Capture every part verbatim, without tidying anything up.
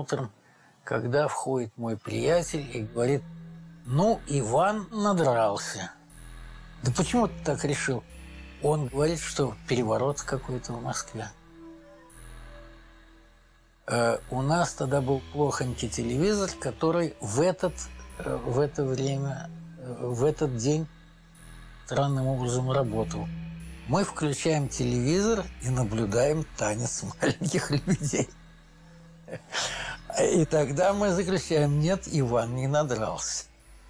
утром, когда входит мой приятель и говорит: ну, Иван надрался. Да почему ты так решил? Он говорит, что переворот какой-то в Москве. Э, у нас тогда был плохонький телевизор, который в, этот, э, в это время, э, в этот день странным образом работал. Мы включаем телевизор и наблюдаем танец маленьких людей. И тогда мы заключаем: нет, Иван не надрался.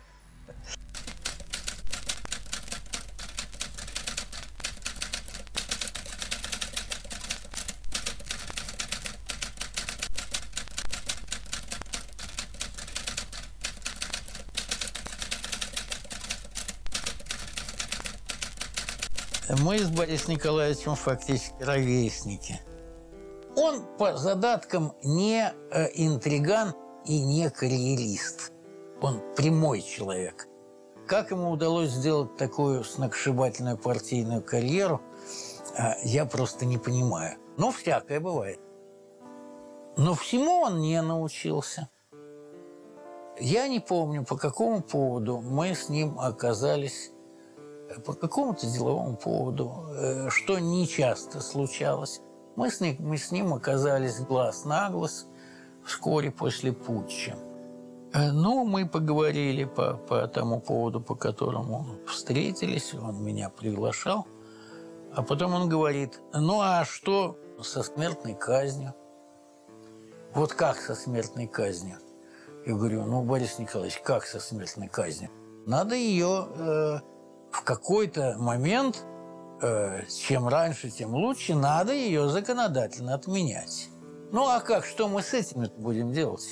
Мы с Борисом Николаевичем фактически ровесники. Он по задаткам не э, интриган и не карьерист. Он прямой человек. Как ему удалось сделать такую сногсшибательную партийную карьеру, э, я просто не понимаю. Но всякое бывает. Но всему он не научился. Я не помню, по какому поводу мы с ним оказались, по какому-то деловому поводу, э, что нечасто случалось. Мы с, ним, мы с ним оказались глаз на глаз вскоре после путча. Ну, мы поговорили по, по тому поводу, по которому встретились. Он меня приглашал. А потом он говорит: ну, а что со смертной казнью? Вот как со смертной казнью? Я говорю: ну, Борис Николаевич, как со смертной казнью? Надо ее э, в какой-то момент... чем раньше, тем лучше, надо ее законодательно отменять. Ну, а как, что мы с этими будем делать?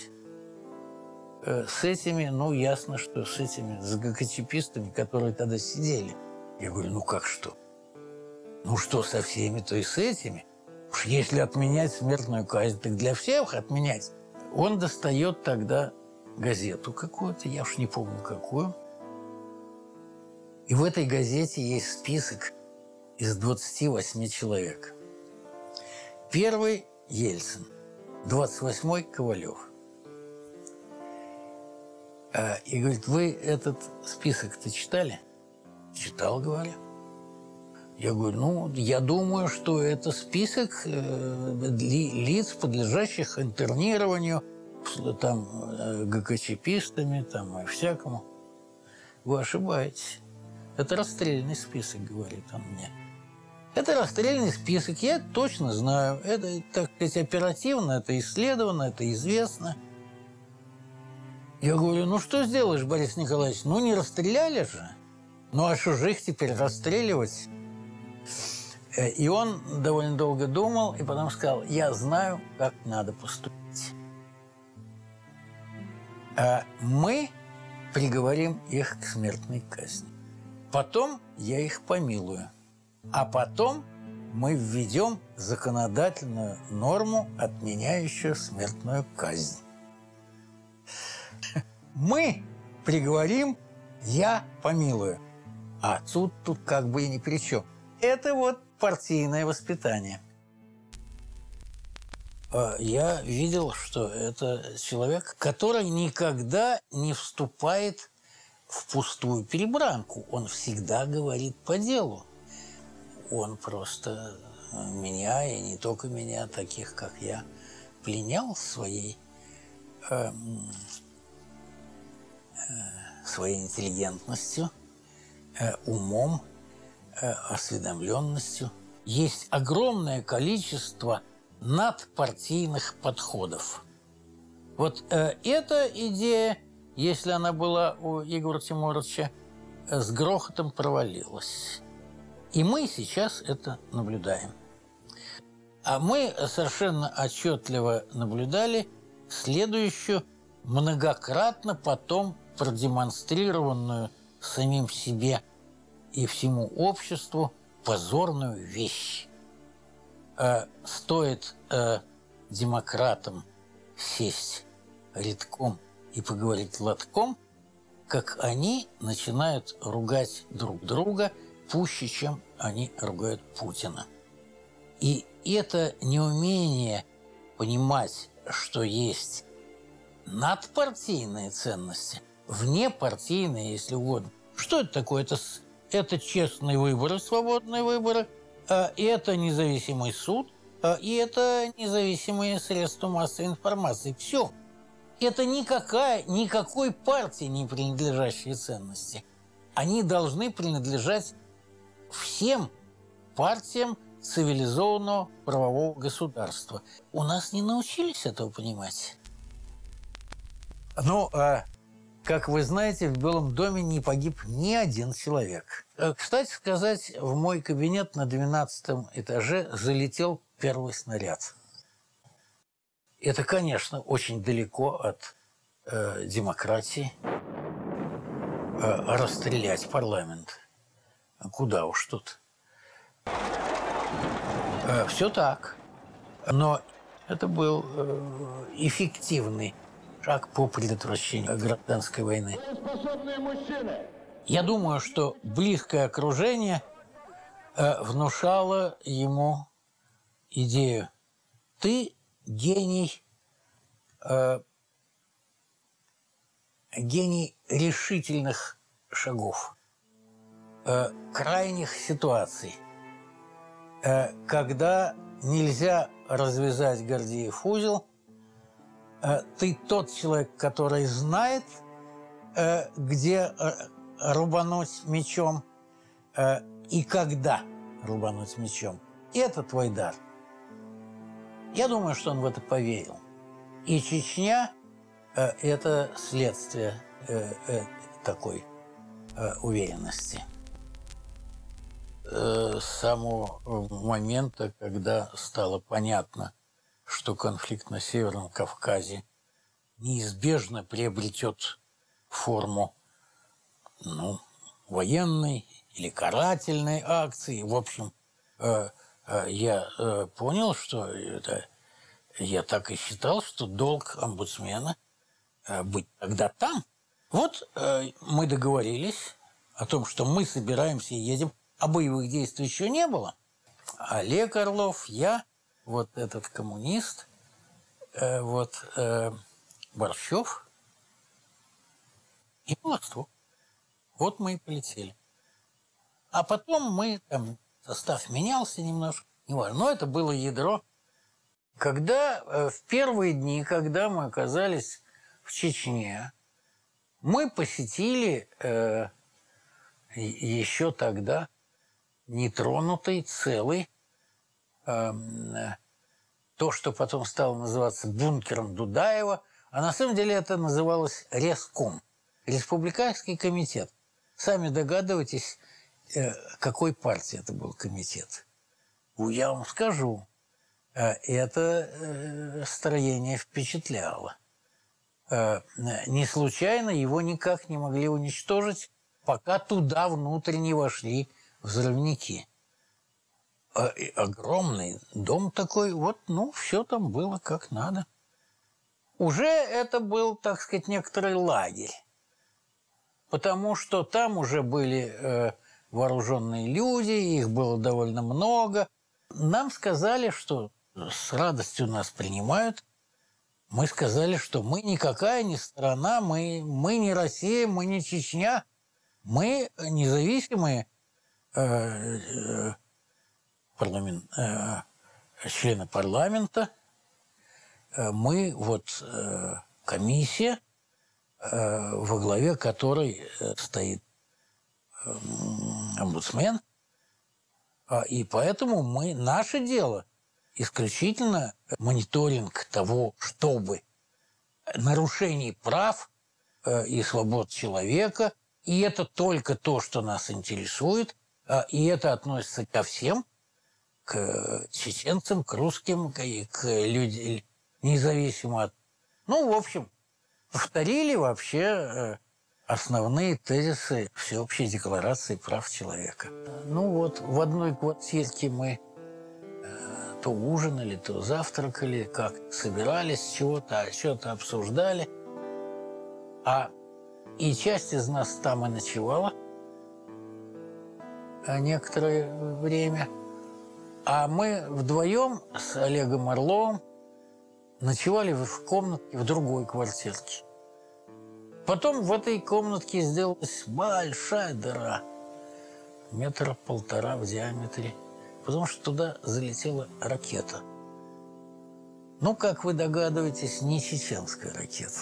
С этими, ну, ясно, что с этими, с ГКЧПистами, которые тогда сидели. Я говорю: ну, как что? Ну, что со всеми, то и с этими. Уж если отменять смертную казнь, так для всех отменять. Он достает тогда газету какую-то, я уж не помню какую. И в этой газете есть список из двадцати восьми человек. Первый – Ельцин, двадцать восьмой – Ковалев. И говорит: вы этот список-то читали? Читал, говорю. Я говорю: ну, я думаю, что это список лиц, подлежащих интернированию, там, ГКЧПистами, там, и всякому. Вы ошибаетесь. Это расстрельный список, говорит он мне. Это расстрельный список, я точно знаю. Это, так сказать, оперативно, это исследовано, это известно. Я говорю: ну что сделаешь, Борис Николаевич? Ну не расстреляли же. Ну а что же их теперь расстреливать? И он довольно долго думал, и потом сказал: я знаю, как надо поступить. А мы приговорим их к смертной казни. Потом я их помилую. А потом мы введем законодательную норму, отменяющую смертную казнь. Мы приговорим, я помилую. А тут, тут как бы и ни при чем. Это вот партийное воспитание. Я видел, что это человек, который никогда не вступает в пустую перебранку. Он всегда говорит по делу. Он просто меня, и не только меня, таких, как я, пленял своей, э, э, своей интеллигентностью, э, умом, э, осведомленностью. Есть огромное количество надпартийных подходов. Вот э, эта идея, если она была у Егора Тимуровича, э, с грохотом провалилась. И мы сейчас это наблюдаем. А мы совершенно отчетливо наблюдали следующую, многократно потом продемонстрированную самим себе и всему обществу позорную вещь. Э, стоит э, демократам сесть рядком и поговорить лотком, как они начинают ругать друг друга пуще, чем они ругают Путина. И это неумение понимать, что есть надпартийные ценности, внепартийные, если угодно. Что это такое? Это, это честные выборы, свободные выборы, и это независимый суд, и это независимые средства массовой информации. Все. Это никакая, никакой партии не принадлежащие ценности. Они должны принадлежать всем партиям цивилизованного правового государства. У нас не научились этого понимать. Ну, а, как вы знаете, в Белом доме не погиб ни один человек. Кстати сказать, в мой кабинет на двенадцатом этаже залетел первый снаряд. Это, конечно, очень далеко от э, демократии. Э, расстрелять парламент. Куда уж тут. Э, все так. Но это был э, эффективный шаг по предотвращению гражданской войны. Я думаю, что близкое окружение э, внушало ему идею. Ты гений, э, гений решительных шагов, э, крайних ситуаций, э, когда нельзя развязать Гордиев узел, э, ты тот человек, который знает, э, где э, рубануть мечом э, и когда рубануть мечом. И это твой дар. Я думаю, что он в это поверил. И Чечня э, – это следствие э, э, такой э, уверенности. Э, с самого момента, когда стало понятно, что конфликт на Северном Кавказе неизбежно приобретет форму ну, военной или карательной акции, в общем, э, я э, понял, что это, я так и считал, что долг омбудсмена э, быть тогда там. Вот э, мы договорились о том, что мы собираемся и едем, а боевых действий еще не было. Олег Орлов, я, вот этот коммунист, э, вот э, Борщев и Молостов. Вот мы и полетели. А потом мы там... Состав менялся немножко, не важно. Но это было ядро. Когда э, в первые дни, когда мы оказались в Чечне, мы посетили э, еще тогда нетронутый, целый, э, то, что потом стало называться бункером Дудаева, а на самом деле это называлось Реском, Республиканский комитет. Сами догадываетесь, какой партии это был комитет? Я вам скажу, это строение впечатляло. Не случайно его никак не могли уничтожить, пока туда внутрь не вошли взрывники. Огромный дом такой, вот, ну, все там было как надо. Уже это был, так сказать, некоторый лагерь, потому что там уже были... вооруженные люди, их было довольно много. Нам сказали, что с радостью нас принимают. Мы сказали, что мы никакая не страна, мы, мы не Россия, мы не Чечня. Мы независимые э, э, парламент, э, члены парламента. Мы вот э, комиссия, э, во главе которой стоит омбудсмен, и поэтому мы, наше дело исключительно мониторинг того, чтобы нарушений прав и свобод человека, и это только то, что нас интересует, и это относится ко всем, к чеченцам, к русским, к, к людям, независимо от... Ну, в общем, повторили вообще... основные тезисы Всеобщей декларации прав человека. Ну вот, в одной квартирке мы э, то ужинали, то завтракали, как собирались, чего-то, что-то обсуждали. А и часть из нас там и ночевала некоторое время. А мы вдвоем с Олегом Орловым ночевали в комнатке в другой квартирке. Потом в этой комнатке сделалась большая дыра, метра полтора в диаметре, потому что туда залетела ракета. Ну, как вы догадываетесь, не чеченская ракета.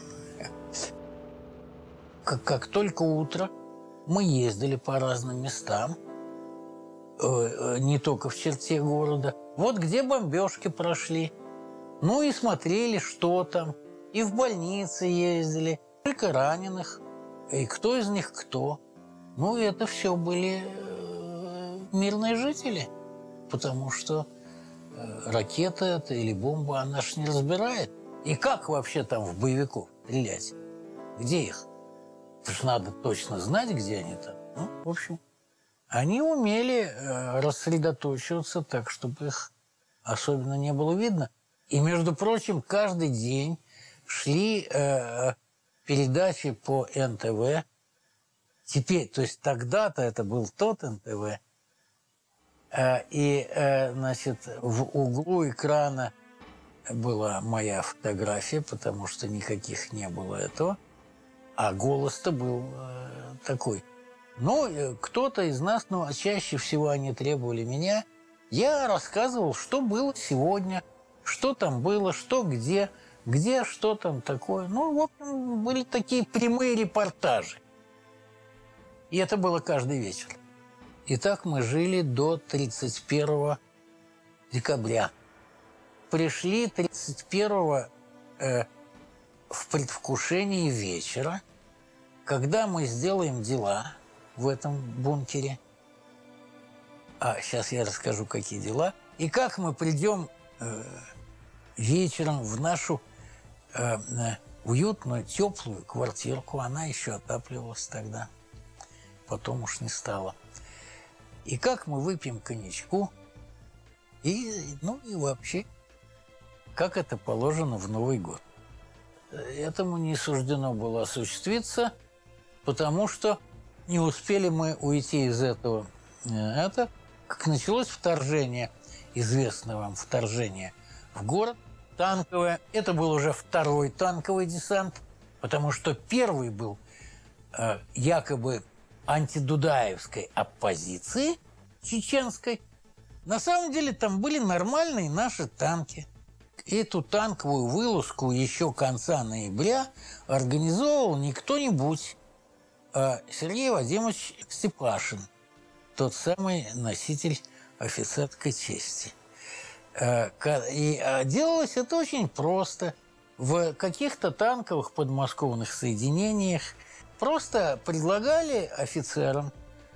Как, как только утро, мы ездили по разным местам, э, не только в черте города. Вот где бомбежки прошли. Ну и смотрели, что там. И в больницы ездили. Сколько раненых. И кто из них кто. Ну, это все были э, мирные жители. Потому что э, ракета это или бомба, она ж не разбирает. И как вообще там в боевиков стрелять? Где их? Потому что надо точно знать, где они там. Ну, в общем, они умели э, рассредоточиваться так, чтобы их особенно не было видно. И, между прочим, каждый день шли э, передачи по эн тэ вэ. Теперь, то есть тогда-то это был тот эн тэ вэ. Э, и, э, значит, в углу экрана была моя фотография, потому что никаких не было этого. А голос-то был э, такой. Ну, э, кто-то из нас, ну, а чаще всего они требовали меня. Я рассказывал, что было сегодня, что там было, что где, где, что там такое. Ну, в общем, были такие прямые репортажи. И это было каждый вечер. И так мы жили до тридцать первого декабря. Пришли тридцать первого э, в предвкушении вечера, когда мы сделаем дела в этом бункере. А сейчас я расскажу, какие дела. И как мы придем э, вечером в нашу э, э, уютную, теплую квартирку. Она еще отапливалась тогда. Потом уж не стало. И как мы выпьем коньячку. И, ну и вообще, как это положено в Новый год. Этому не суждено было осуществиться, потому что не успели мы уйти из этого. Это как началось вторжение, известное вам вторжение в город, танковое. Это был уже второй танковый десант, потому что первый был э, якобы антидудаевской оппозиции чеченской. На самом деле там были нормальные наши танки. Эту танковую вылазку еще конца ноября организовал не кто-нибудь, а Сергей Вадимович Степашин, тот самый носитель офицерской чести. И делалось это очень просто. В каких-то танковых подмосковных соединениях просто предлагали офицерам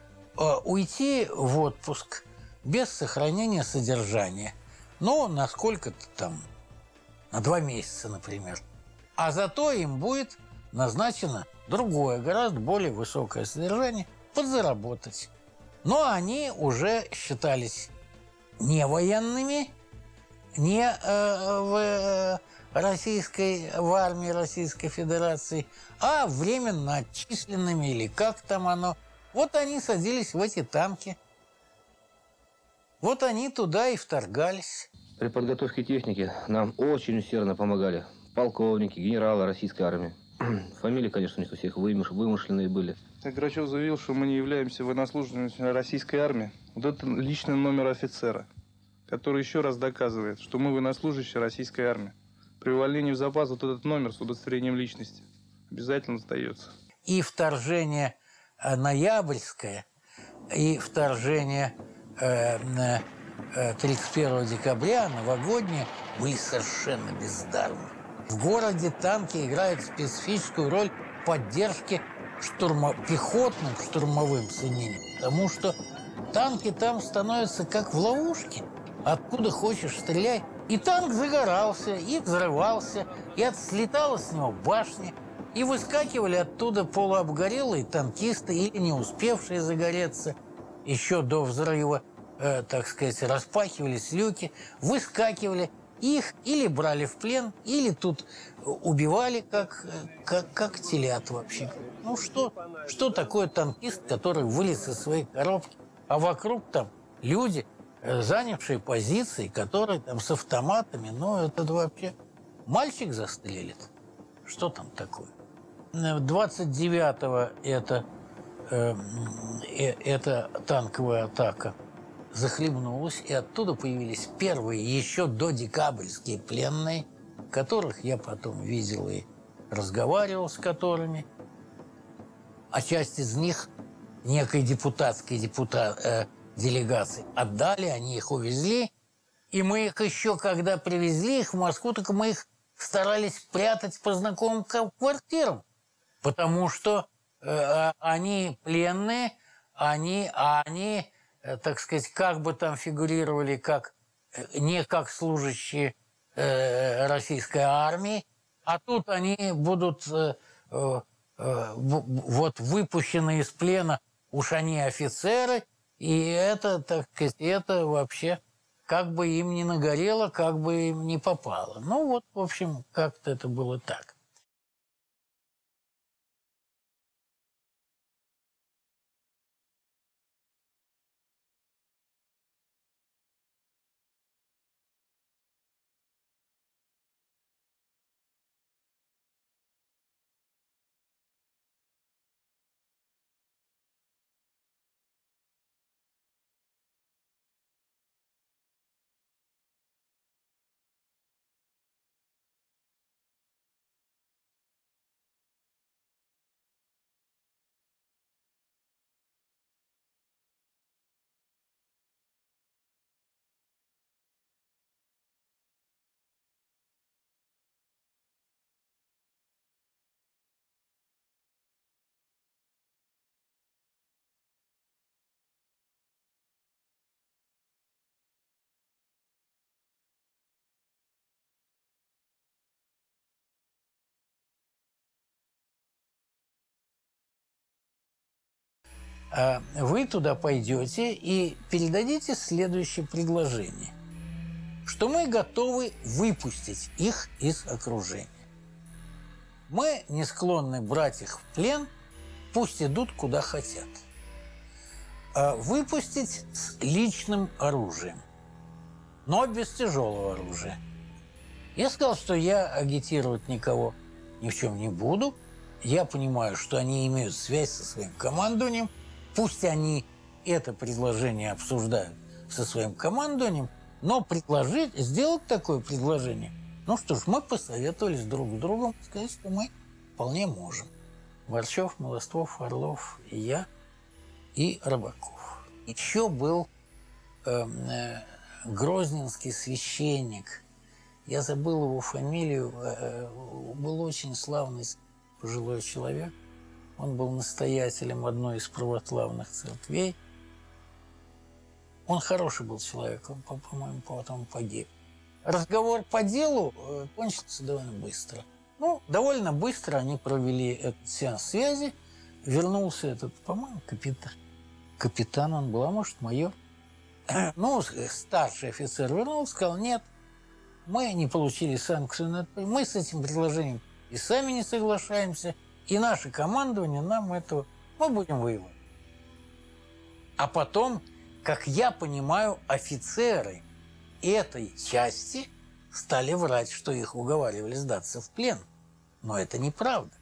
уйти в отпуск без сохранения содержания. Ну, на сколько-то там, на два месяца, например. А зато им будет назначено другое, гораздо более высокое содержание, подзаработать. Но они уже считались не военными, не э, в э, российской, в армии Российской Федерации, а временно отчисленными, или как там оно. Вот они садились в эти танки. Вот они туда и вторгались. При подготовке техники нам очень усердно помогали полковники, генералы российской армии. Фамилии, конечно, у них у всех вымышленные были. Грачев заявил, что мы не являемся военнослужащими российской армии. Вот это личный номер офицера, который еще раз доказывает, что мы военнослужащие российской армии. При увольнении в запас вот этот номер с удостоверением личности обязательно сдается. И вторжение ноябрьское, и вторжение э, тридцать первого декабря, новогоднее, были совершенно бездарны. В городе танки играют специфическую роль поддержки штурмо... пехотным штурмовым соединениям, потому что танки там становятся как в ловушке. Откуда хочешь, стреляй. И танк загорался, и взрывался, и отслетала с него башня, и выскакивали оттуда полуобгорелые танкисты или не успевшие загореться еще до взрыва, э, так сказать, распахивались люки, выскакивали. Их или брали в плен, или тут убивали, как, как, как телят вообще. Ну что, что такое танкист, который вылез из своей коробки, а вокруг там люди, занявшие позиции, которые там с автоматами, ну это вообще Мальчик застрелит. Что там такое? двадцать девятого это, э, э, это танковая атака захлебнулась, и оттуда появились первые еще до декабрьские пленные, которых я потом видел и разговаривал с которыми. А часть из них некой депутатской депута, э, делегации отдали, они их увезли. И мы их еще, когда привезли их в Москву, так мы их старались прятать по знакомым квартирам. Потому что э, они пленные, они, они, э, так сказать, как бы там фигурировали, как, э, не как служащие э, российской армии, а тут они будут э, э, э, вот выпущены из плена, уж они офицеры, и это, так сказать, это вообще как бы им не нагорело, как бы им не попало. Ну вот, в общем, как-то это было так. Вы туда пойдете и передадите следующее предложение, что мы готовы выпустить их из окружения. Мы не склонны брать их в плен, пусть идут куда хотят. А выпустить с личным оружием, но без тяжелого оружия. Я сказал, что я агитировать никого ни в чем не буду. Я понимаю, что они имеют связь со своим командованием. Пусть они это предложение обсуждают со своим командованием, но предложить, сделать такое предложение, ну что ж, мы посоветовались друг с другом, сказать, что мы вполне можем. Борчев, Молостов, Орлов, и я, и Рыбаков. Еще был э, э, грозненский священник, я забыл его фамилию, э, был очень славный пожилой человек. Он был настоятелем одной из православных церквей. Он хороший был человек, он, по-моему, потом погиб. Разговор по делу кончился довольно быстро. Ну, довольно быстро они провели этот сеанс связи. Вернулся этот, по-моему, капитан. Капитан он был, а может, майор. Ну, старший офицер вернулся, сказал, нет, мы не получили санкцию. Мы с этим предложением и сами не соглашаемся. И наше командование нам этого... Мы будем воевать. А потом, как я понимаю, офицеры этой части стали врать, что их уговаривали сдаться в плен. Но это неправда.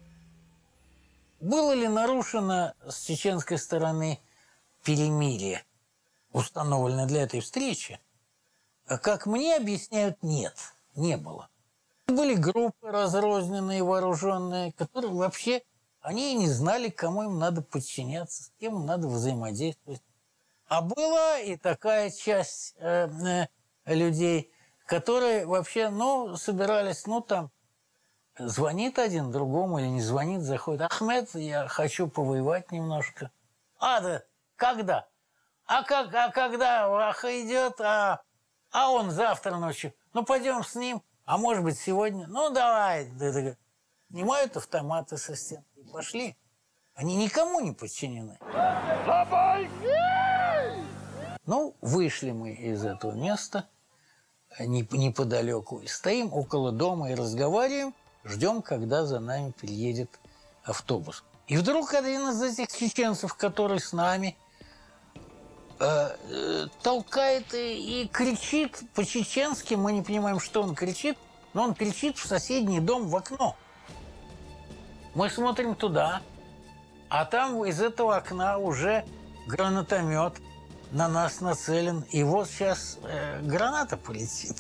Было ли нарушено с чеченской стороны перемирие, установленное для этой встречи? Как мне объясняют, нет, не было. Были группы разрозненные, вооруженные, которые вообще, они не знали, кому им надо подчиняться, с кем им надо взаимодействовать. А была и такая часть э, э, людей, которые вообще, ну, собирались, ну, там, звонит один другому или не звонит, заходит. Ахмед, я хочу повоевать немножко. А, да, когда? А, как, а когда Ваха идет, а, а он завтра ночью. Ну, пойдем с ним. А может быть, сегодня? Ну, давай. Снимают автоматы со стен и пошли. Они никому не подчинены. Ну, вышли мы из этого места неподалеку. И стоим около дома и разговариваем. Ждем, когда за нами приедет автобус. И вдруг один из этих чеченцев, который с нами, э, э, толкает и, и кричит по-чеченски. Мы не понимаем, что он кричит. но он кричит в соседний дом в окно. Мы смотрим туда, а там из этого окна уже гранатомет на нас нацелен. И вот сейчас э, граната полетит.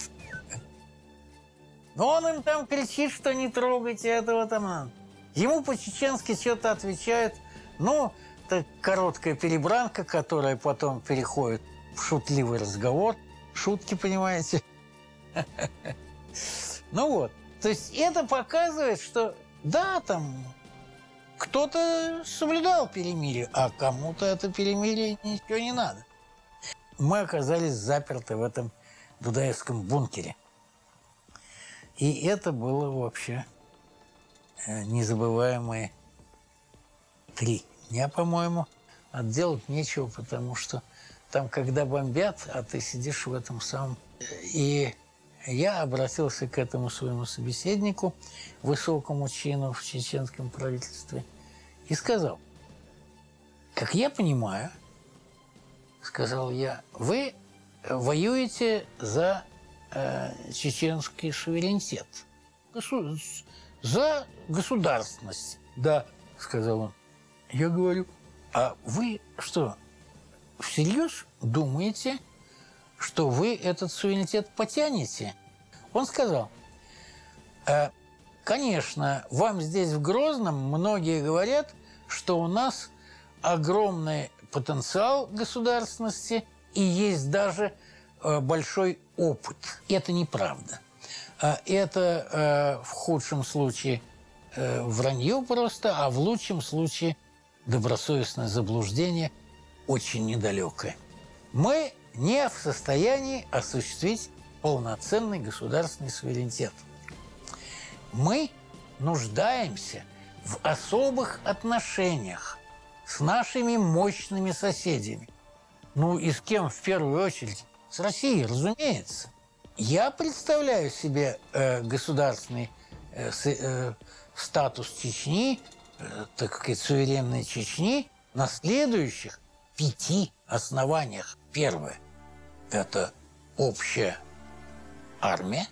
Но он им там кричит, что не трогайте этого там. Ему по-чеченски что-то отвечают. Ну, это короткая перебранка, которая потом переходит в шутливый разговор. Шутки, понимаете? Ну вот. То есть это показывает, что да, там кто-то соблюдал перемирие, а кому-то это перемирие ничего не надо. Мы оказались заперты в этом дудаевском бункере. И это было вообще незабываемые три дня, по-моему. А делать нечего, потому что там, когда бомбят, а ты сидишь в этом самом... И я обратился к этому своему собеседнику, высокому чину в чеченском правительстве, и сказал: как я понимаю, сказал я, вы воюете за э, чеченский суверенитет, госу... за государственность. Да, сказал он. Я говорю, а вы что, всерьез думаете, что вы этот суверенитет потянете? Он сказал: э, конечно, вам здесь в Грозном многие говорят, что у нас огромный потенциал государственности и есть даже э, большой опыт. Это неправда. Э, это э, в худшем случае э, вранье просто, а в лучшем случае добросовестное заблуждение, очень недалекое. Мы не в состоянии осуществить полноценный государственный суверенитет. Мы нуждаемся в особых отношениях с нашими мощными соседями. Ну и с кем в первую очередь? С Россией, разумеется. Я представляю себе э, государственный э, с, э, статус Чечни, э, так сказать, суверенной Чечни на следующих пяти основаниях. Первое – это общая армия.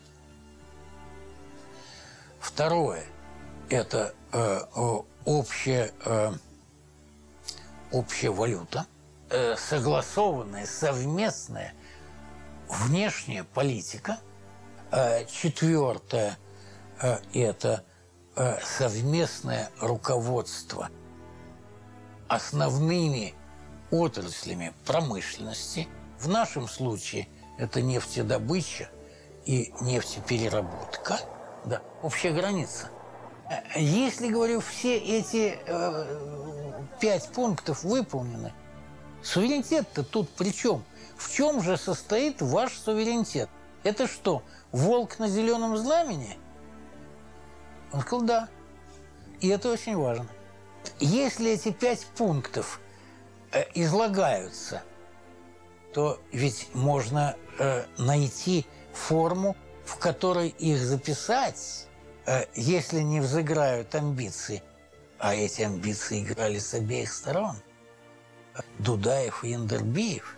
Второе – это э, общая, э, общая валюта, э, согласованная, совместная внешняя политика. Э, четвертое э, – это э, совместное руководство основными отраслями промышленности. В нашем случае это нефтедобыча и нефтепереработка. Да, общая граница. Если, говорю, все эти э, пять пунктов выполнены, суверенитет-то тут при чем? В чем же состоит ваш суверенитет? Это что, волк на зеленом знамени? Он сказал, да. И это очень важно. Если эти пять пунктов э, излагаются, то ведь можно э, найти форму, в которой их записать, э, если не взыграют амбиции. А эти амбиции играли с обеих сторон. Дудаев и Яндарбиев.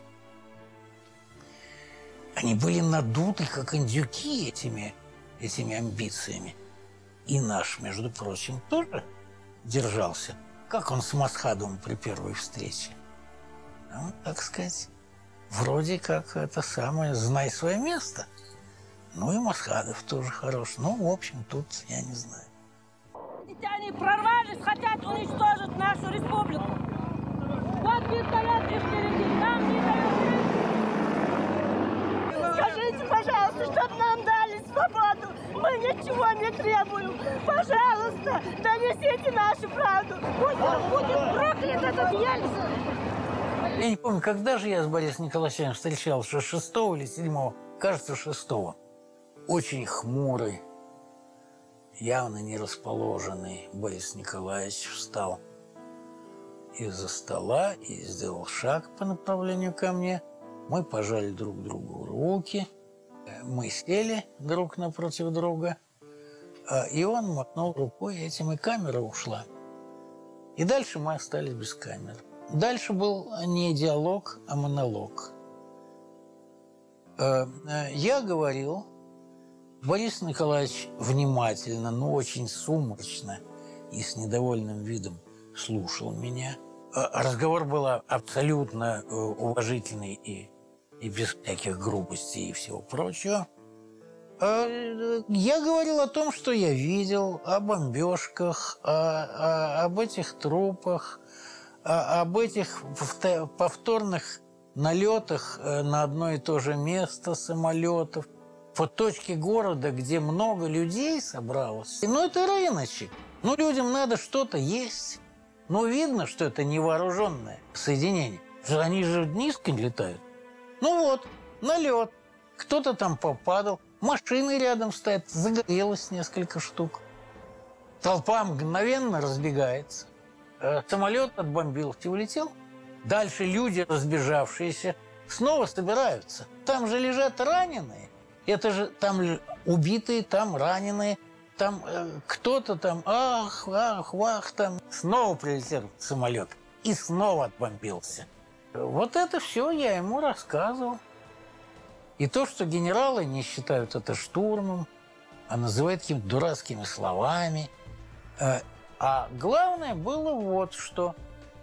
Они были надуты, как индюки, этими, этими амбициями. И наш, между прочим, тоже держался. Как он с Масхадовым при первой встрече? Ну, так сказать, вроде как это самое «знай свое место». Ну и Масхадов тоже хорош. Ну, в общем, тут я не знаю. Они прорвались, хотят уничтожить нашу республику. Вот вертолет их впереди, нам не дают. Скажите, пожалуйста, чтобы нам дали свободу. Мы ничего не требуем. Пожалуйста, донесите нашу правду. Пусть будет проклят этот Ельцин. Я не помню, когда же я с Борисом Николаевичем встречался, шестого или седьмого? Кажется, шестого. Очень хмурый, явно не расположенный Борис Николаевич встал из-за стола и сделал шаг по направлению ко мне. Мы пожали друг другу руки, мы сели друг напротив друга, и он мотнул рукой этим, и камера ушла. И дальше мы остались без камеры. Дальше был не диалог, а монолог. Я говорил Борис Николаевич внимательно, но очень сумрачно и с недовольным видом слушал меня. Разговор был абсолютно уважительный и, и без всяких грубостей и всего прочего. Я говорил о том, что я видел, о бомбежках, о, о, об этих трупах, о, об этих повторных налетах на одно и то же место самолетов, по точке города, где много людей собралось. Ну, это рыночек. Ну, людям надо что-то есть. Ну, видно, что это невооруженное соединение. Они же низко летают. Ну вот, налет. Кто-то там попадал. Машины рядом стоят. Загорелось несколько штук. Толпа мгновенно разбегается. Самолет отбомбился и улетел. Дальше люди, разбежавшиеся, снова собираются. Там же лежат раненые. Это же там убитые, там раненые, там э, кто-то там, ах, ах, вах, там. Снова прилетел самолет и снова отбомбился. Вот это все я ему рассказывал. И то, что генералы не считают это штурмом, а называют какими-то дурацкими словами. Э, а главное было вот что.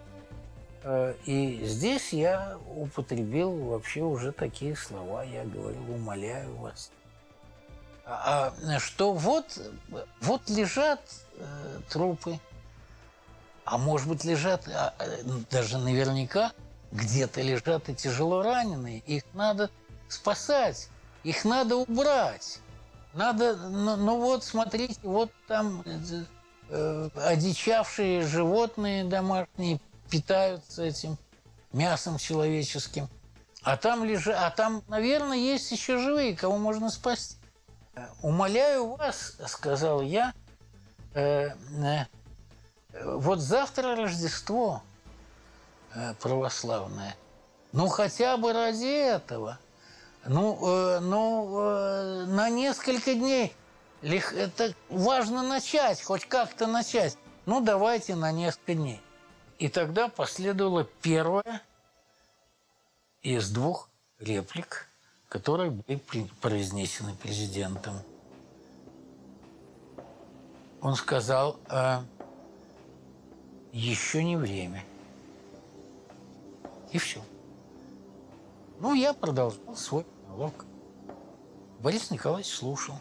Э, и здесь я употребил вообще уже такие слова. Я говорил, умоляю вас. А, а, что вот, вот лежат э, трупы, а может быть лежат, а, даже наверняка где-то лежат и тяжело раненые. Их надо спасать, их надо убрать. Надо, ну, ну вот, смотрите, вот там э, одичавшие животные домашние питаются этим мясом человеческим. А там, лежа, а там, наверное, есть еще живые, кого можно спасти. «Умоляю вас, — сказал я, э, э, — вот завтра Рождество э, православное. Ну, хотя бы ради этого. Ну, э, ну э, на несколько дней. Это важно начать, хоть как-то начать. Ну, давайте на несколько дней». И тогда последовала первая из двух реплик, которые были произнесены президентом. Он сказал, а, еще не время. И все. Ну, я продолжал свой монолог. Борис Николаевич слушал.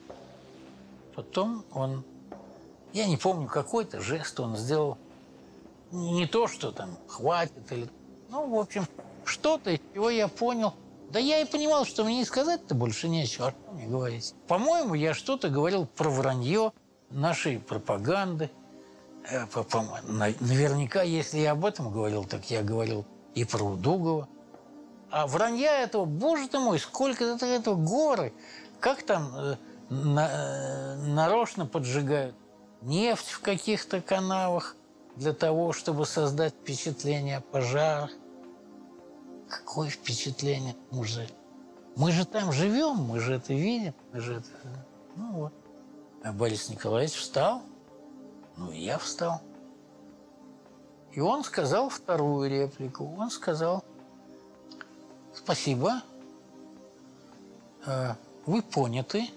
Потом он, я не помню, какой-то жест он сделал. Не то, что там хватит или... Ну, в общем, что-то, из чего я понял. Да я и понимал, что мне и сказать-то больше нечего, а что мне говорить. По-моему, я что-то говорил про вранье нашей пропаганды. Наверняка, если я об этом говорил, так я говорил и про Удугова. А вранья этого, боже ты мой, сколько это, этого горы. Как там э, на, э, нарочно поджигают нефть в каких-то канавах для того, чтобы создать впечатление о пожарах. Какое впечатление? Мы же, мы же там живем, мы же это видим. Мы же это... Ну вот. А Борис Николаевич встал, ну и я встал. И он сказал вторую реплику. Он сказал, спасибо, вы поняты.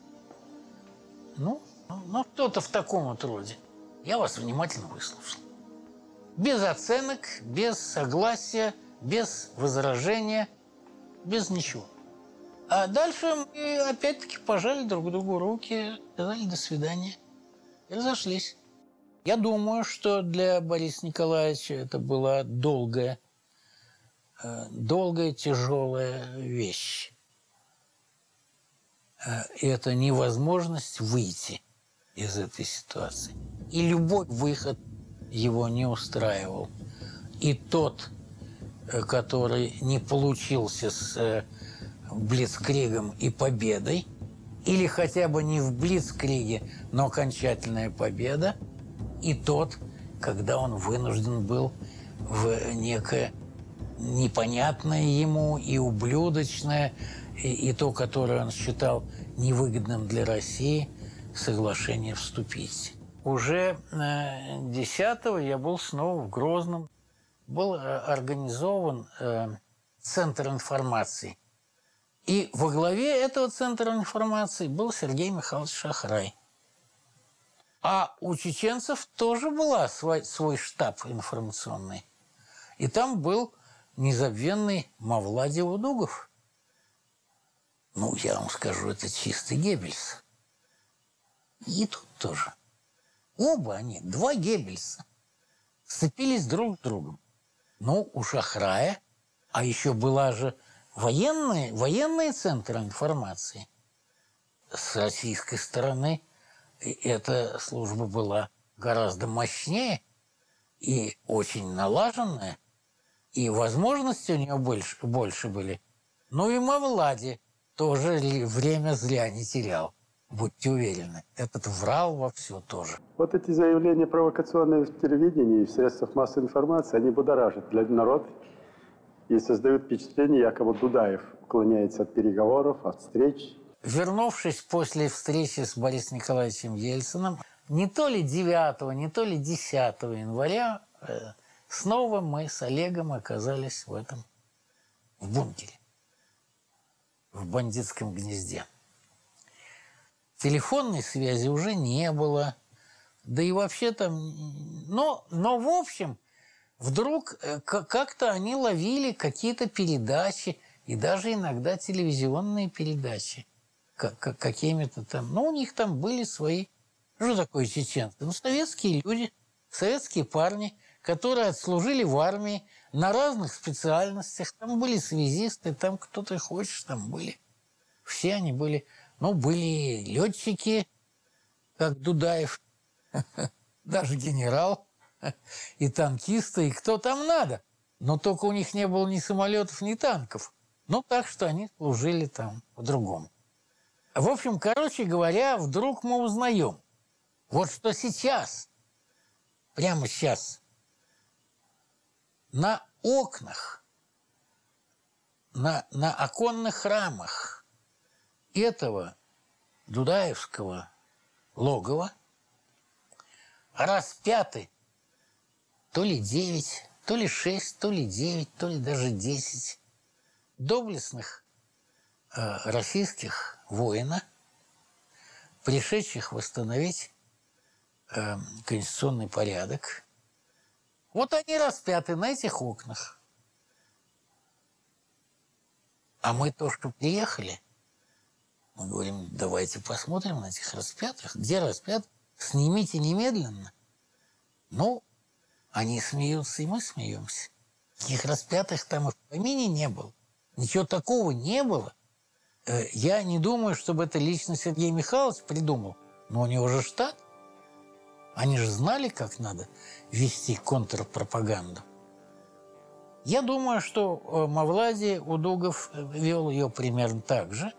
Ну, ну что-то в таком вот роде. Я вас внимательно выслушал. Без оценок, без согласия, без возражения, без ничего. А дальше мы опять-таки пожали друг другу руки, сказали «до свидания» и разошлись. Я думаю, что для Бориса Николаевича это была долгая, долгая, тяжелая вещь. И это невозможность выйти из этой ситуации. И любой выход его не устраивал. И тот, который не получился с блицкригом и победой, или хотя бы не в блицкриге, но окончательная победа, и тот, когда он вынужден был в некое непонятное ему и ублюдочное, и, и то, которое он считал невыгодным для России, соглашение вступить. Уже десятого я был снова в Грозном. Был организован э, центр информации И во главе этого центра информации был Сергей Михайлович Шахрай. А у чеченцев тоже был свой, свой штаб информационный. И там был незабвенный Мавлади Удугов. Ну, я вам скажу, это чистый Геббельс. И тут тоже. Оба они, два Геббельса, сцепились друг с другом. Ну, у Шахрая, а еще была же военные, военные центры информации. С российской стороны эта служба была гораздо мощнее и очень налаженная, и возможности у нее больше, больше были. Ну и Мавлади тоже время зря не терял. Будьте уверены, этот врал во все тоже. Вот эти заявления провокационные в телевидении и в средствах массовой информации, они будоражат для народ и создают впечатление, якобы Дудаев уклоняется от переговоров, от встреч. Вернувшись после встречи с Борисом Николаевичем Ельциным, не то ли девятого, не то ли десятого января э, снова мы с Олегом оказались в этом, в бункере, в бандитском гнезде. Телефонной связи уже не было, да и вообще там... Но, но в общем, вдруг как-то они ловили какие-то передачи, и даже иногда телевизионные передачи, какими-то там... Ну, у них там были свои... Что такое чеченцы? Ну, советские люди, советские парни, которые отслужили в армии на разных специальностях. Там были связисты, там кто ты хочешь, там были. Все они были... Ну, были летчики, как Дудаев, даже генерал, и танкисты, и кто там надо. Но только у них не было ни самолетов, ни танков. Ну, так что они служили там по-другому. В общем, короче говоря, вдруг мы узнаем, вот что сейчас, прямо сейчас, на окнах, на, на оконных рамах этого дудаевского логова распяты то ли девять, то ли шесть, то ли девять, то ли даже десять доблестных э, российских воинов, пришедших восстановить э, конституционный порядок. Вот они распяты на этих окнах. А мы только приехали. Мы говорим, давайте посмотрим на этих распятых. Где распят? Снимите немедленно. Ну, они смеются, и мы смеемся. Таких распятых там и в помине не было. Ничего такого не было. Я не думаю, чтобы это лично Сергей Михайлович придумал. Но у него же штат. Они же знали, как надо вести контрпропаганду. Я думаю, что Мавлади Удугов вел ее примерно так же.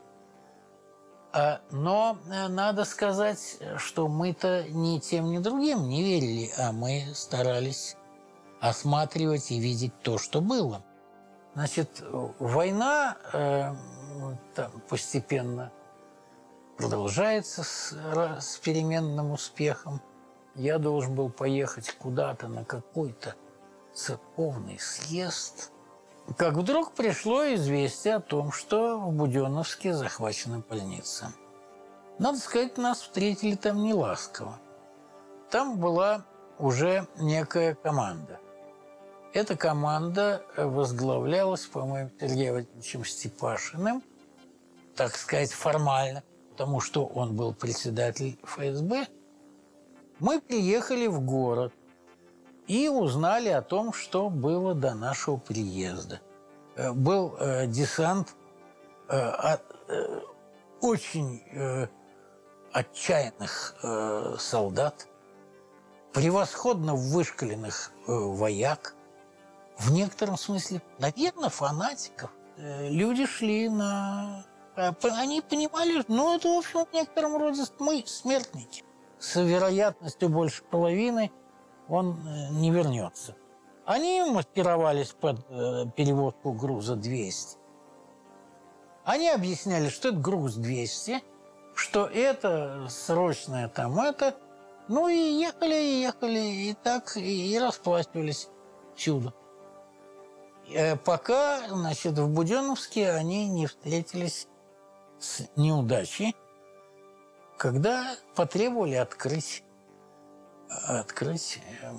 Но надо сказать, что мы-то ни тем, ни другим не верили, а мы старались осматривать и видеть то, что было. Значит, война э, там постепенно продолжается с, с переменным успехом. Я должен был поехать куда-то на какой-то церковный съезд. Как вдруг пришло известие о том, что в Буденновске захвачена больница. Надо сказать, нас встретили там неласково. Там была уже некая команда. Эта команда возглавлялась, по-моему, Сергеем Владимировичем Степашиным, так сказать, формально, потому что он был председатель эф эс бэ. Мы приехали в город и узнали о том, что было до нашего приезда. Был э, десант э, от, э, очень э, отчаянных э, солдат, превосходно вышкаленных э, вояк, в некотором смысле, наверное, фанатиков. Э, люди шли на... Они понимали, ну, это, в общем, в некотором роде мы смертники. С вероятностью больше половины он не вернется. Они маскировались под э, перевозку груза двести. Они объясняли, что это груз двести, что это срочное там это. Ну и ехали, и ехали, и так, и, и расплачивались всюду. э, пока, значит, в Буденновске они не встретились с неудачей, когда потребовали открыть, открыть э,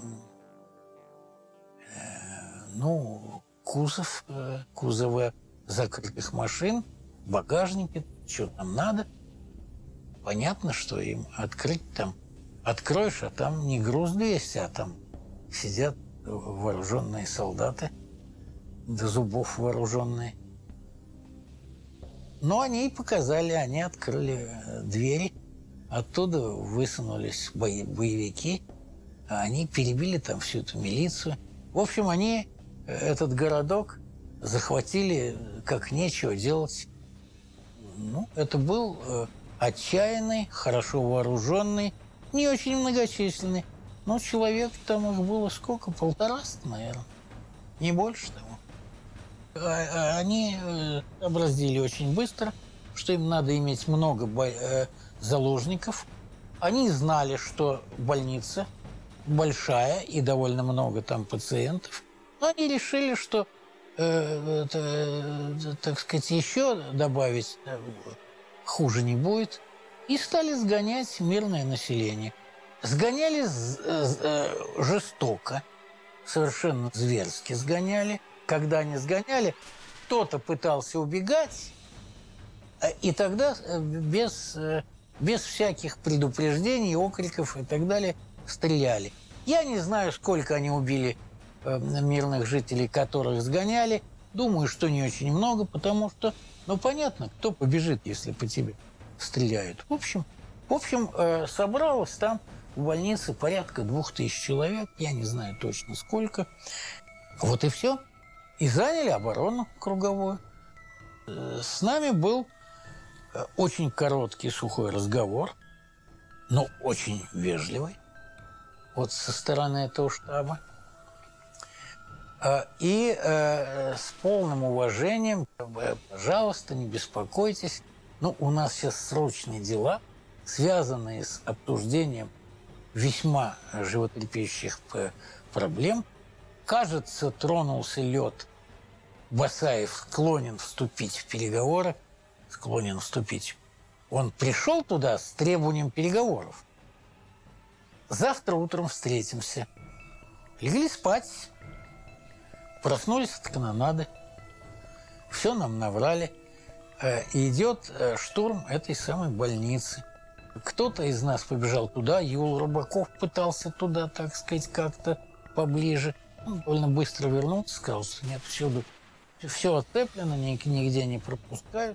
э, ну, кузов, э, кузовы закрытых машин, багажники, что там надо. Понятно, что им открыть там, откроешь, а там не груз двести, а там сидят вооруженные солдаты, до зубов вооруженные. Но они и показали, они открыли двери, оттуда высунулись бои, боевики, а они перебили там всю эту милицию. В общем, они этот городок захватили, как нечего делать. Ну, это был э, отчаянный, хорошо вооруженный, не очень многочисленный. Но человек там их было сколько? Полтораста, наверное. Не больше того. А, а они э, образдили очень быстро, что им надо иметь много бо- э, заложников. Они знали, что больница большая и довольно много там пациентов. Но они решили, что, э, э, э, так сказать, еще добавить э, хуже не будет. И стали сгонять мирное население. Сгоняли э, жестоко, совершенно зверски сгоняли. Когда они сгоняли, кто-то пытался убегать, и тогда без, без всяких предупреждений, окриков и так далее стреляли. Я не знаю, сколько они убили мирных жителей, которых сгоняли. Думаю, что не очень много, потому что, ну, понятно, кто побежит, если по тебе стреляют. В общем, в общем собралось там в больнице порядка двух тысяч человек, я не знаю точно сколько. Вот и все. И заняли оборону круговую. С нами был очень короткий сухой разговор, но очень вежливый, вот со стороны этого штаба. И с полным уважением: пожалуйста, не беспокойтесь, ну, у нас сейчас срочные дела, связанные с обсуждением весьма животрепещущих проблем. Кажется, тронулся лед. Басаев склонен вступить в переговоры. Склонен вступить. Он пришел туда с требованием переговоров. Завтра утром встретимся. Легли спать. Проснулись от канонады. Все нам наврали. И идет штурм этой самой больницы. Кто-то из нас побежал туда. Юл Рыбаков пытался туда, так сказать, как-то поближе. Он довольно быстро вернулся, сказал, что нет, всюду все оцеплено, нигде не пропускают.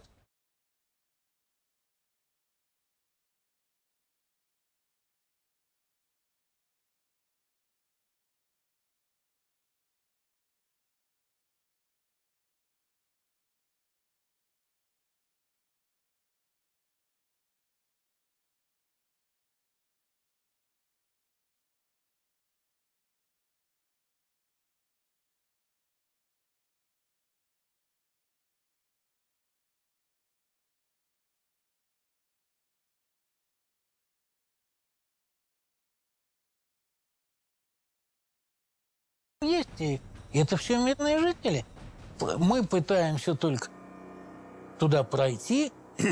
Есть, и это все мирные жители. Мы пытаемся только туда пройти,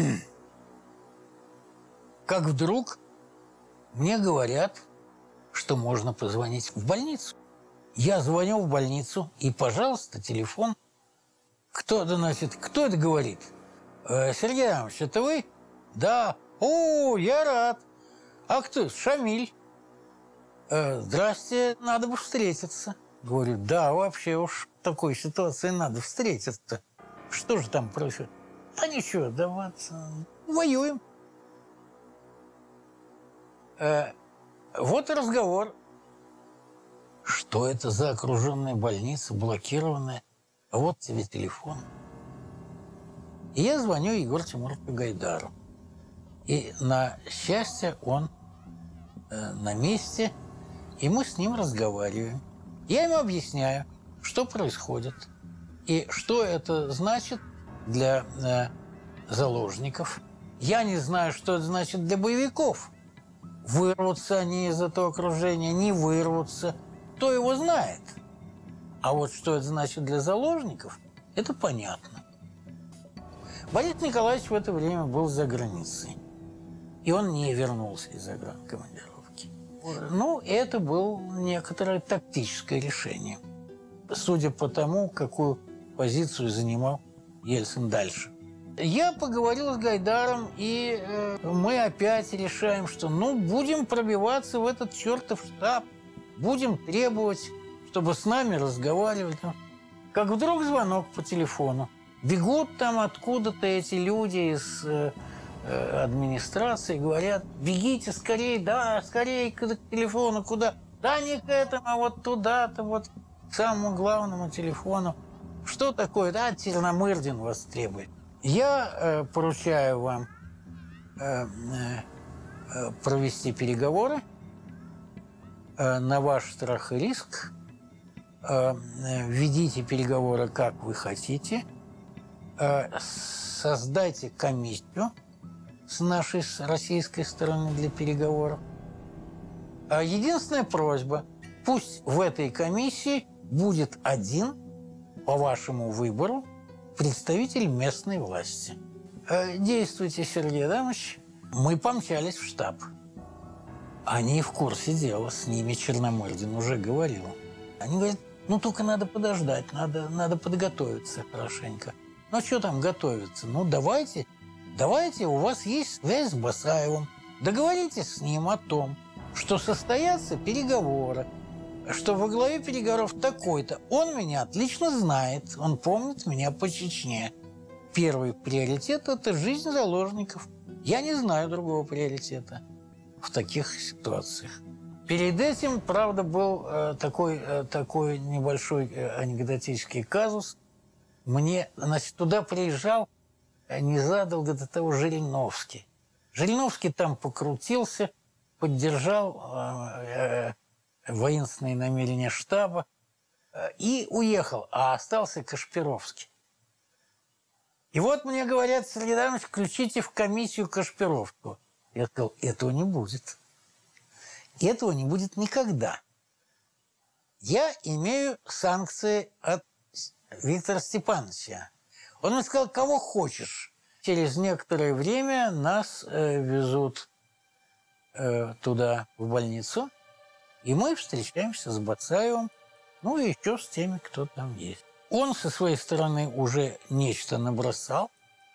как вдруг мне говорят, что можно позвонить в больницу. Я звоню в больницу, и, пожалуйста, телефон. Кто это, значит, кто это говорит? Э, Сергей Иванович, это вы? Да. О, я рад. А кто? Шамиль. Э, здрасте, надо бы встретиться. Говорю, да, вообще уж в такой ситуации надо встретиться. Что же там происходит? Да ничего, да вот, воюем. Э, вот и разговор. Что это за окруженная больница, блокированная? А вот тебе телефон. И я звоню Егору Тимуровичу Гайдару. И на счастье он э, на месте, и мы с ним разговариваем. Я ему объясняю, что происходит, и что это значит для э, заложников. Я не знаю, что это значит для боевиков. Вырвутся они из этого окружения, не вырвутся. Кто его знает? А вот что это значит для заложников, это понятно. Борис Николаевич в это время был за границей. И он не вернулся из загранкомандировки. Ну, это было некоторое тактическое решение. Судя по тому, какую позицию занимал Ельцин дальше. Я поговорил с Гайдаром, и э, мы опять решаем, что ну будем пробиваться в этот чертов штаб, будем требовать, чтобы с нами разговаривать. Как вдруг звонок по телефону. Бегут там откуда-то эти люди из э, э, администрации, говорят, бегите скорее, да, скорее к телефону, куда? Да не к этому, а вот туда-то, вот к самому главному телефону. Что такое? Да, Черномырдин вас требует. Я э, поручаю вам э, э, провести переговоры э, на ваш страх и риск. Э, ведите переговоры, как вы хотите. Э, создайте комиссию с нашей, с российской стороны для переговоров. А единственная просьба, пусть в этой комиссии будет один, по вашему выбору, представитель местной власти. Э, действуйте, Сергей Адамович. Мы помчались в штаб. Они в курсе дела, с ними Черномырдин уже говорил. Они говорят, ну только надо подождать, надо, надо подготовиться хорошенько. Ну что там готовиться? Ну давайте, давайте, у вас есть связь с Басаевым. Договоритесь с ним о том, что состоятся переговоры, что во главе переговоров такой-то. Он меня отлично знает, он помнит меня по Чечне. Первый приоритет – это жизнь заложников. Я не знаю другого приоритета в таких ситуациях. Перед этим, правда, был э, такой, э, такой небольшой э, анекдотический казус. Мне, значит, туда приезжал э, незадолго до того Жириновский. Жириновский там покрутился, поддержал э, э, воинственные намерения штаба и уехал, а остался Кашпировский. И вот мне говорят, Сергей Иванович, включите в комиссию Кашпировского. Я сказал, этого не будет. Этого не будет никогда. Я имею санкции от Виктора Степановича. Он мне сказал, кого хочешь. Через некоторое время нас э, везут э, туда, в больницу. И мы встречаемся с Бацаевым, ну и еще с теми, кто там есть. Он со своей стороны уже нечто набросал.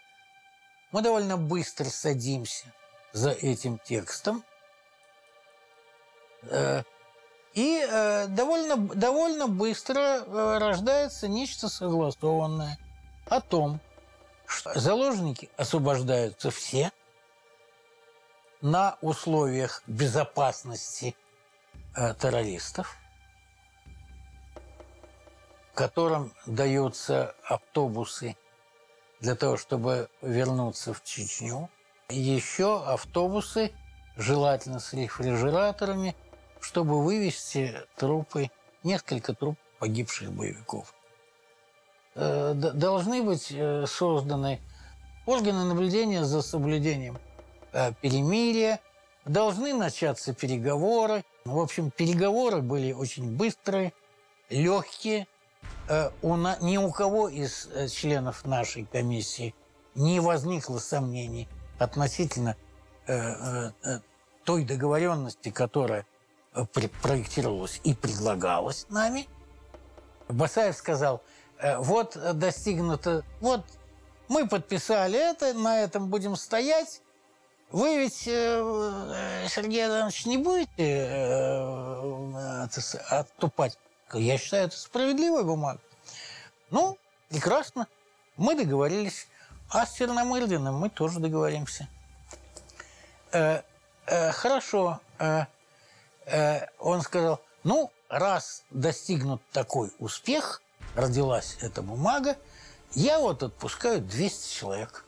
Мы довольно быстро садимся за этим текстом. И довольно, довольно быстро рождается нечто согласованное о том, что заложники освобождаются все на условиях безопасности террористов, которым даются автобусы для того, чтобы вернуться в Чечню. Еще автобусы, желательно с рефрижераторами, чтобы вывезти трупы, несколько трупов погибших боевиков. Должны быть созданы органы наблюдения за соблюдением перемирия, должны начаться переговоры. В общем, переговоры были очень быстрые, легкие. Ни у кого из членов нашей комиссии не возникло сомнений относительно той договоренности, которая проектировалась и предлагалась нами. Басаев сказал, вот достигнуто, вот мы подписали это, на этом будем стоять. Вы ведь, Сергей Иванович, не будете отступать? Я считаю, это справедливая бумага. Ну, прекрасно. Мы договорились. А с Черномырдиным мы тоже договоримся. Э, э, хорошо. Э, э, он сказал, ну, раз достигнут такой успех, родилась эта бумага, я вот отпускаю двести человек.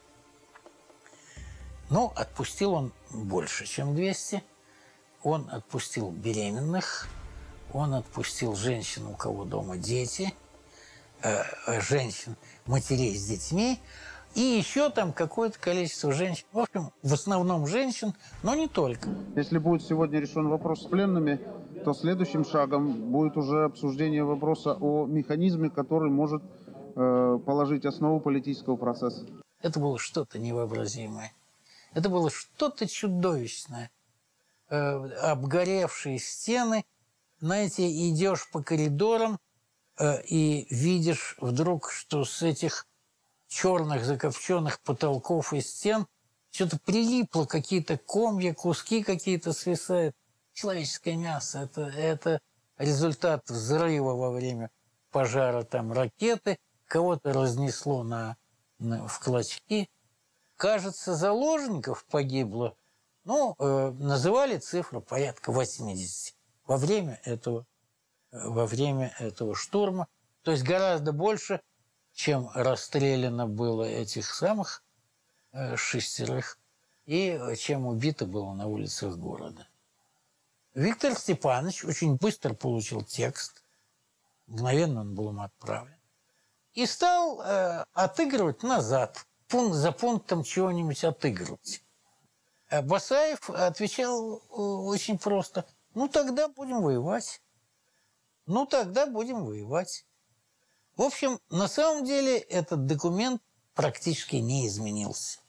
Ну, отпустил он больше, чем двести. Он отпустил беременных, он отпустил женщин, у кого дома дети, э, женщин, матерей с детьми, и еще там какое-то количество женщин. В общем, в основном женщин, но не только. Если будет сегодня решен вопрос с пленными, то следующим шагом будет уже обсуждение вопроса о механизме, который может э, положить основу политического процесса. Это было что-то невообразимое. Это было что-то чудовищное. Э, обгоревшие стены. Знаете, идешь по коридорам э, и видишь вдруг, что с этих черных закопченных потолков и стен что-то прилипло, какие-то комья, куски какие-то свисают. Человеческое мясо – это, это результат взрыва во время пожара, там ракеты, кого-то разнесло на, на, в клочки. Кажется, заложников погибло, ну, э, называли цифру порядка восьмидесяти во время этого, во время этого штурма. То есть гораздо больше, чем расстреляно было этих самых э, шестерых, и чем убито было на улицах города. Виктор Степанович очень быстро получил текст, мгновенно он был ему отправлен, и стал э, отыгрывать назад, пункт за пунктом чего-нибудь отыгрывать. А Басаев отвечал э, очень просто: ну, тогда будем воевать. Ну, тогда будем воевать. В общем, на самом деле этот документ практически не изменился.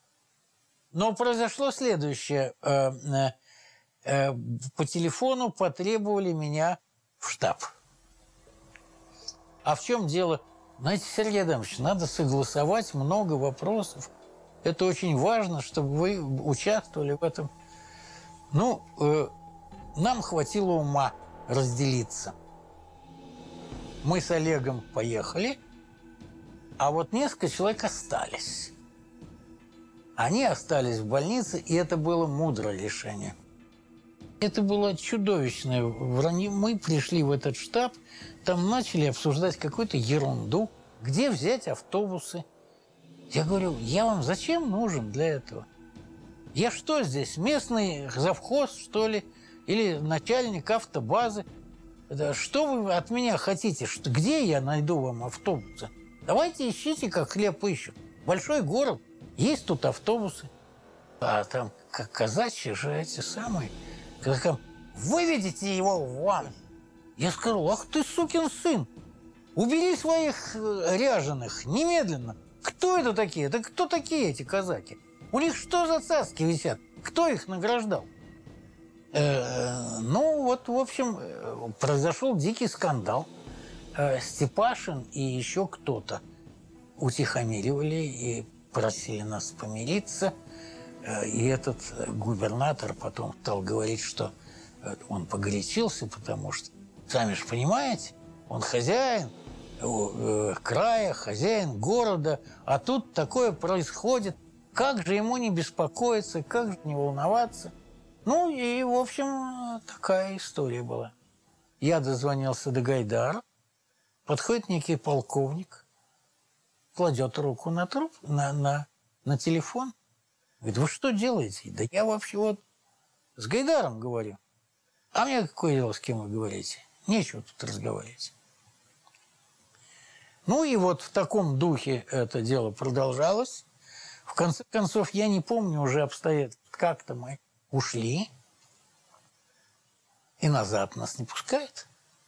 Но произошло следующее. Э, э, по телефону потребовали меня в штаб. А в чем дело? Знаете, Сергей Адамович, надо согласовать много вопросов. Это очень важно, чтобы вы участвовали в этом. Ну, э, нам хватило ума разделиться. Мы с Олегом поехали, а вот несколько человек остались. Они остались в больнице, и это было мудрое решение. Это было чудовищное вранье. Мы пришли в этот штаб, там начали обсуждать какую-то ерунду. Где взять автобусы? Я говорю, я вам зачем нужен для этого? Я что здесь, местный завхоз, что ли? Или начальник автобазы? Что вы от меня хотите? Что, где я найду вам автобусы? Давайте ищите, как хлеб ищут. Большой город, есть тут автобусы. А там как казачьи же эти самые... Как, выведите его вон. Я сказал, ах ты, сукин сын, убери своих ряженых немедленно. Кто это такие? Это кто такие эти казаки? У них что за цацки висят? Кто их награждал? Э, ну, вот, в общем, произошел дикий скандал. Э, Степашин и еще кто-то утихомиривали и просили нас помириться. И этот губернатор потом стал говорить, что он погорячился, потому что, сами же понимаете, он хозяин края, хозяин города, а тут такое происходит. Как же ему не беспокоиться, как же не волноваться? Ну и, в общем, такая история была. Я дозвонился до Гайдара, подходит некий полковник, кладет руку на труп, на, на, на телефон. Говорит, вы что делаете? Да я вообще вот с Гайдаром говорю. А мне какое дело, с кем вы говорите? Нечего тут разговаривать. Ну и вот в таком духе это дело продолжалось. В конце концов, я не помню уже обстоятельств. Как-то мы ушли, и назад нас не пускают.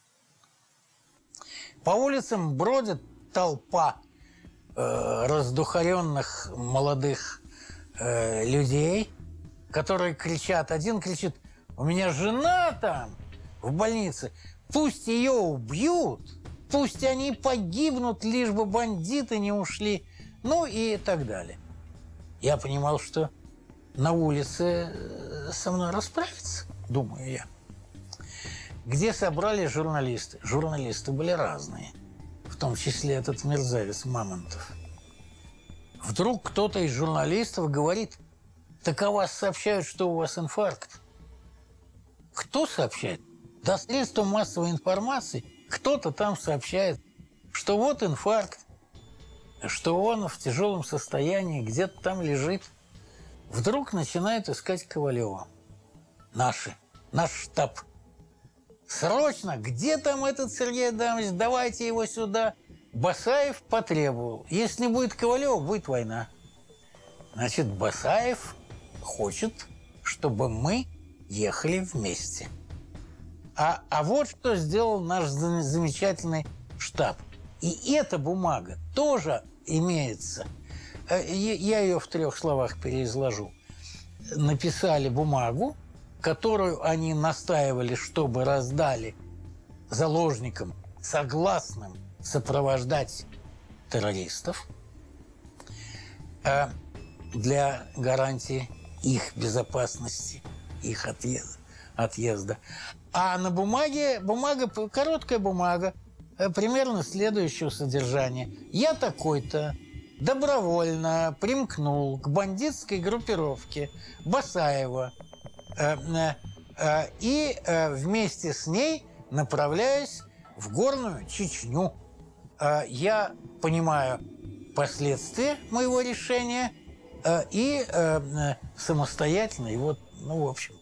По улицам бродит толпа э, раздухаренных молодых людей, которые кричат. Один кричит, у меня жена там в больнице, пусть ее убьют, пусть они погибнут, лишь бы бандиты не ушли, ну и так далее. Я понимал, что на улице со мной расправиться, думаю я. Где собрались журналисты? Журналисты были разные, в том числе этот мерзавец Мамонтов. Вдруг кто-то из журналистов говорит, так о вас сообщают, что у вас инфаркт. Кто сообщает? Да, средства массовой информации. Кто-то там сообщает, что вот инфаркт, что он в тяжелом состоянии, где-то там лежит. Вдруг начинают искать Ковалева. Наши, наш штаб. Срочно, где там этот Сергей Адамович, давайте его сюда. Басаев потребовал. Если не будет Ковалева, будет война. Значит, Басаев хочет, чтобы мы ехали вместе. А, а вот что сделал наш замечательный штаб. И эта бумага тоже имеется. Я ее в трех словах переизложу. Написали бумагу, которую они настаивали, чтобы раздали заложникам, согласным сопровождать террористов для гарантии их безопасности, их отъезда. А на бумаге, бумага, короткая бумага, примерно следующего содержания. Я такой-то добровольно примкнул к бандитской группировке Басаева э, э, и э, вместе с ней направляюсь в горную Чечню. Э, я понимаю последствия моего решения э, и э, самостоятельно его, ну, в общем,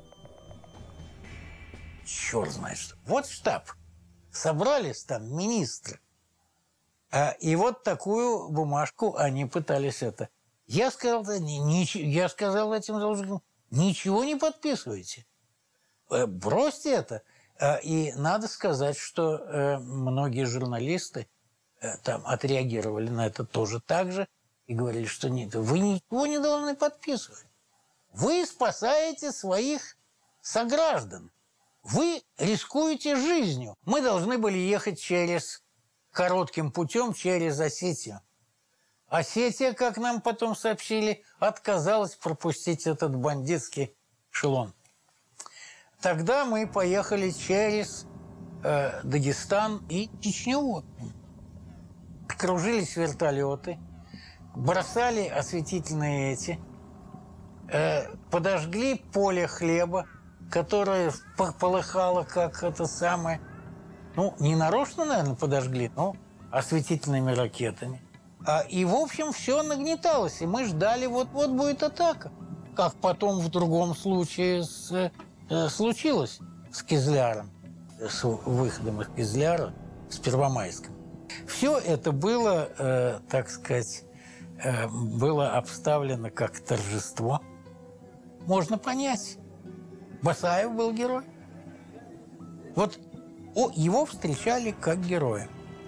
черт знает что. Вот штаб. Собрались там министры. А, и вот такую бумажку они пытались это. Я сказал, ничего, я сказал этим заложникам, ничего не подписывайте. Бросьте это. И надо сказать, что многие журналисты там отреагировали на это тоже так же и говорили, что нет, вы ничего не должны подписывать. Вы спасаете своих сограждан. Вы рискуете жизнью. Мы должны были ехать через коротким путем через Осетию. Осетия, как нам потом сообщили, отказалась пропустить этот бандитский эшелон. Тогда мы поехали через э, Дагестан и Чечню. Кружились вертолеты, бросали осветительные эти, э, подожгли поле хлеба, которое полыхало, как это самое. Ну, не нарочно, наверное, подожгли, но осветительными ракетами. А, и, в общем, все нагнеталось, и мы ждали, вот-вот будет атака. Как потом в другом случае с, э, случилось с Кизляром, с выходом из Кизляра, с Первомайском. Все это было, э, так сказать, э, было обставлено как торжество. Можно понять. Басаев был герой. Вот о, его встречали как героя.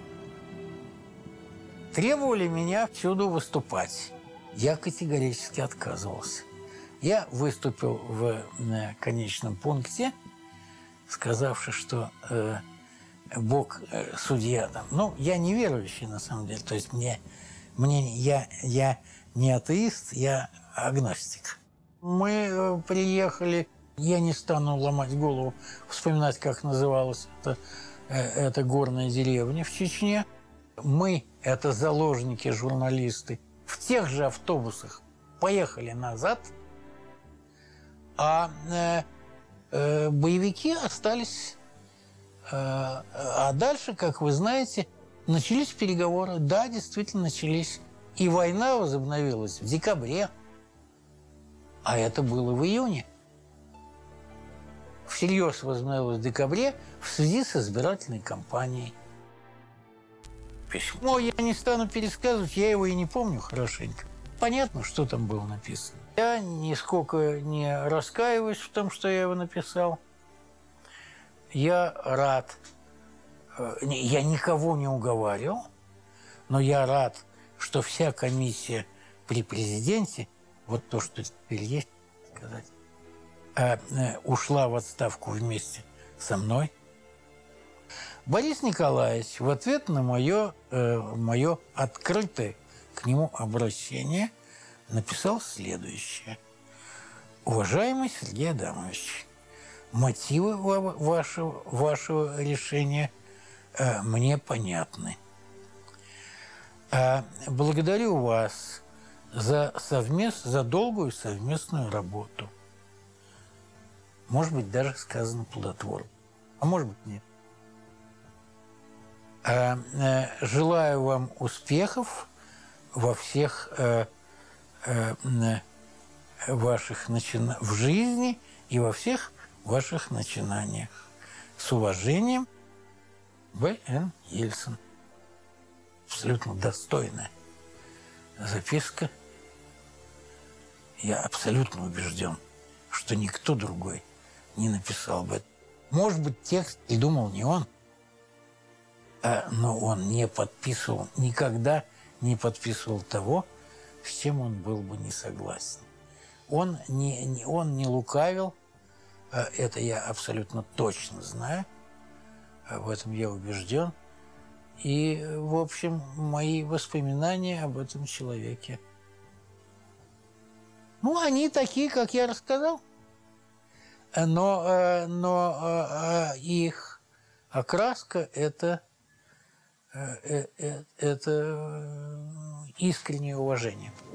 Требовали меня всюду выступать. Я категорически отказывался. Я выступил в э, конечном пункте, сказавши, что э, Бог э, судья. Там. Ну, я не верующий, на самом деле. То есть мне, мне я, я не атеист, я агностик. Мы э, приехали... Я не стану ломать голову, вспоминать, как называлась эта, эта горная деревня в Чечне. Мы, это заложники, журналисты, в тех же автобусах поехали назад, а э, э, боевики остались. Э, а дальше, как вы знаете, начались переговоры. Да, действительно начались. И война возобновилась в декабре, а это было в июне. Всерьез возобновилась в декабре в связи с избирательной кампанией. Письмо я не стану пересказывать, я его и не помню хорошенько. Понятно, что там было написано. Я нисколько не раскаиваюсь в том, что я его написал. Я рад. Я никого не уговаривал, но я рад, что вся комиссия при президенте, вот то, что теперь есть, сказать, ушла в отставку вместе со мной. Борис Николаевич в ответ на мое, э, мое открытое к нему обращение написал следующее. Уважаемый Сергей Адамович, мотивы вашего, вашего решения э, мне понятны. Э, благодарю вас за, совмест, за долгую совместную работу. Может быть, даже сказано плодотворно. А может быть, нет. А, э, желаю вам успехов во всех э, э, ваших начинаниях в жизни и во всех ваших начинаниях. С уважением, В Н Ельцин. Абсолютно достойная записка. Я абсолютно убежден, что никто другой не написал бы. Может быть, текст придумал не он, но он не подписывал, никогда не подписывал того, с чем он был бы не согласен. Он не, не, он не лукавил, это я абсолютно точно знаю, в этом я убежден. И, в общем, мои воспоминания об этом человеке, ну, они такие, как я рассказал. Но, но их окраска – это, это искреннее уважение.